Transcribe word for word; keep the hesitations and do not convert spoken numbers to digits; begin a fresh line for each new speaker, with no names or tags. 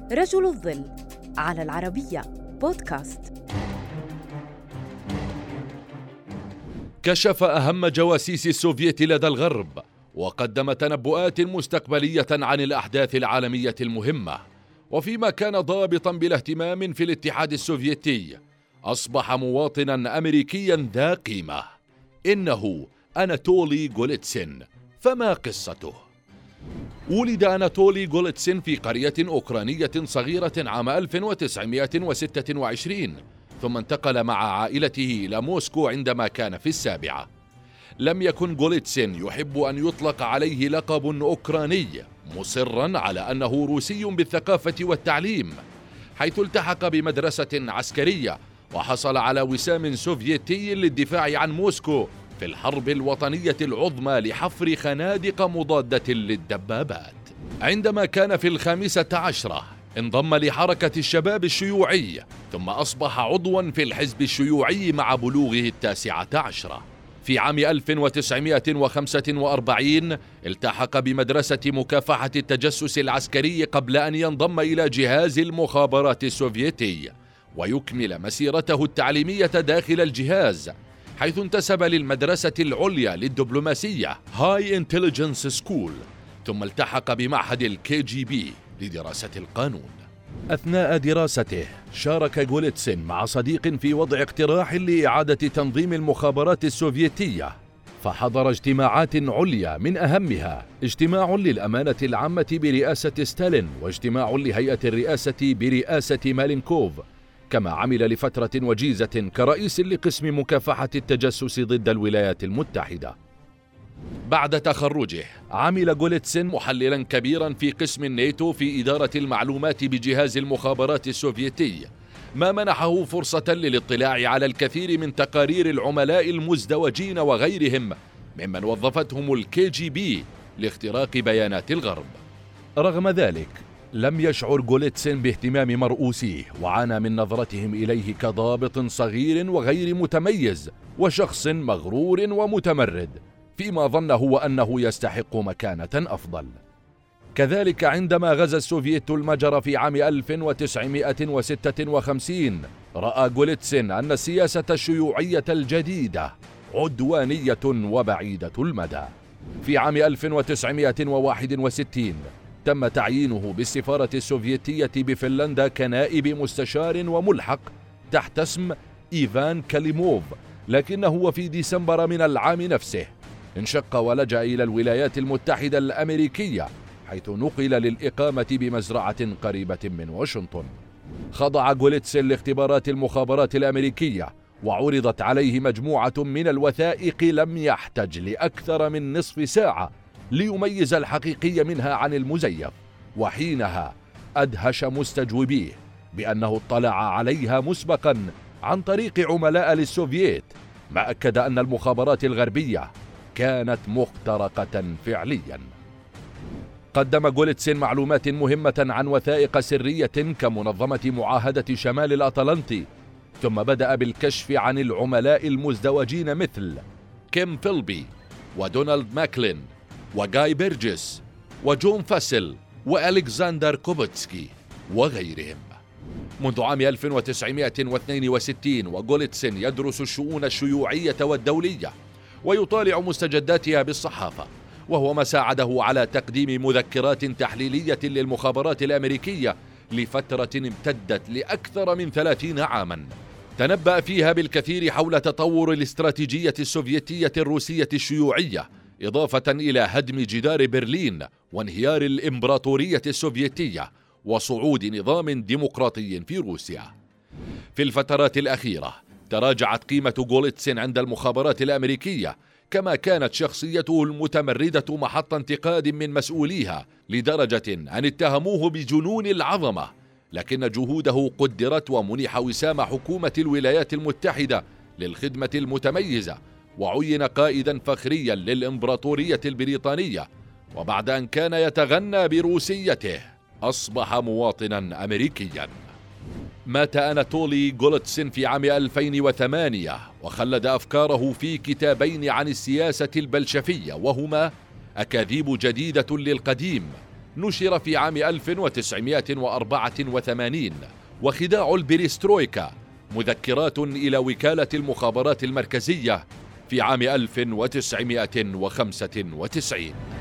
رجل الظل على العربية بودكاست.
كشف أهم جواسيس السوفييت لدى الغرب، وقدم تنبؤات مستقبلية عن الأحداث العالمية المهمة. وفيما كان ضابطا بلا اهتمام في الاتحاد السوفيتي، أصبح مواطنا أمريكيا ذا قيمة. إنه أناتولي غوليتسين. فما قصته؟ ولد أناتولي غوليتسين في قرية أوكرانية صغيرة عام ألف وتسعمائة وستة وعشرين، ثم انتقل مع عائلته إلى موسكو عندما كان في السابعة. لم يكن غوليتسين يحب أن يطلق عليه لقب أوكراني، مصرا على أنه روسي بالثقافة والتعليم، حيث التحق بمدرسة عسكرية وحصل على وسام سوفيتي للدفاع عن موسكو في الحرب الوطنية العظمى لحفر خنادق مضادة للدبابات. عندما كان في الخامسة عشرة انضم لحركة الشباب الشيوعي، ثم أصبح عضوا في الحزب الشيوعي مع بلوغه التاسعة عشرة. في عام ألف وتسعمائة وخمسة وأربعين التحق بمدرسة مكافحة التجسس العسكري قبل أن ينضم إلى جهاز المخابرات السوفيتي ويكمل مسيرته التعليمية داخل الجهاز، حيث انتسب للمدرسة العليا للدبلوماسية هاي انتليجنس سكول، ثم التحق بمعهد الكي جي بي لدراسة القانون. أثناء دراسته شارك غوليتسين مع صديق في وضع اقتراح لإعادة تنظيم المخابرات السوفيتية، فحضر اجتماعات عليا، من أهمها اجتماع للأمانة العامة برئاسة ستالين، واجتماع لهيئة الرئاسة برئاسة مالينكوف، كما عمل لفترة وجيزة كرئيس لقسم مكافحة التجسس ضد الولايات المتحدة. بعد تخرجه عمل غوليتسين محللا كبيرا في قسم الناتو في إدارة المعلومات بجهاز المخابرات السوفيتي، ما منحه فرصة للاطلاع على الكثير من تقارير العملاء المزدوجين وغيرهم ممن وظفتهم الكي جي بي لاختراق بيانات الغرب. رغم ذلك لم يشعر غوليتسين باهتمام مرؤوسيه، وعانى من نظرتهم إليه كضابط صغير وغير متميز وشخص مغرور ومتمرد، فيما ظن هو أنه يستحق مكانة أفضل. كذلك عندما غزا السوفييت المجر في عام ألف وتسعمائة وستة وخمسين، رأى غوليتسين أن السياسة الشيوعية الجديدة عدوانية وبعيدة المدى. في عام ألف وتسعمائة وواحد وستين تم تعيينه بالسفارة السوفيتية بفنلندا كنائب مستشار وملحق تحت اسم إيفان كاليموف، لكنه وفي ديسمبر من العام نفسه انشق ولجأ إلى الولايات المتحدة الأمريكية، حيث نقل للإقامة بمزرعة قريبة من واشنطن. خضع غوليتسين لاختبارات المخابرات الأمريكية، وعرضت عليه مجموعة من الوثائق لم يحتج لأكثر من نصف ساعة ليميز الحقيقي منها عن المزيف، وحينها أدهش مستجوبيه بأنه اطلع عليها مسبقا عن طريق عملاء للسوفييت، ما أكد أن المخابرات الغربية كانت مخترقة فعليا. قدم غوليتسين معلومات مهمة عن وثائق سرية كمنظمة معاهدة شمال الأطلنطي، ثم بدأ بالكشف عن العملاء المزدوجين مثل كيم فيلبي ودونالد ماكلين وغاي بيرجس وجون فاسل وألكسندر كوبوتسكي وغيرهم. منذ عام ألف وتسعمائة واثنين وستين وغوليتسين يدرس الشؤون الشيوعية والدولية ويطالع مستجداتها بالصحافة، وهو ما ساعده على تقديم مذكرات تحليلية للمخابرات الأمريكية لفترة امتدت لأكثر من ثلاثين عاما، تنبأ فيها بالكثير حول تطور الاستراتيجية السوفيتية الروسية الشيوعية، إضافة إلى هدم جدار برلين وانهيار الإمبراطورية السوفيتية وصعود نظام ديمقراطي في روسيا. في الفترات الأخيرة تراجعت قيمة غوليتسين عند المخابرات الأمريكية، كما كانت شخصيته المتمردة محط انتقاد من مسؤوليها لدرجة أن اتهموه بجنون العظمة، لكن جهوده قدرت ومنح وسام حكومة الولايات المتحدة للخدمة المتميزة، وعين قائدا فخريا للإمبراطورية البريطانية، وبعد أن كان يتغنى بروسيته أصبح مواطنا أمريكيا. مات أناتولي غوليتسين في عام ألفين وثمانية، وخلد أفكاره في كتابين عن السياسة البلشفية، وهما أكاذيب جديدة للقديم، نشر في عام ألف وتسعمائة وأربعة وثمانين، وخداع البريسترويكا مذكرات إلى وكالة المخابرات المركزية في عام ألف وتسعمائة وخمسة وتسعين.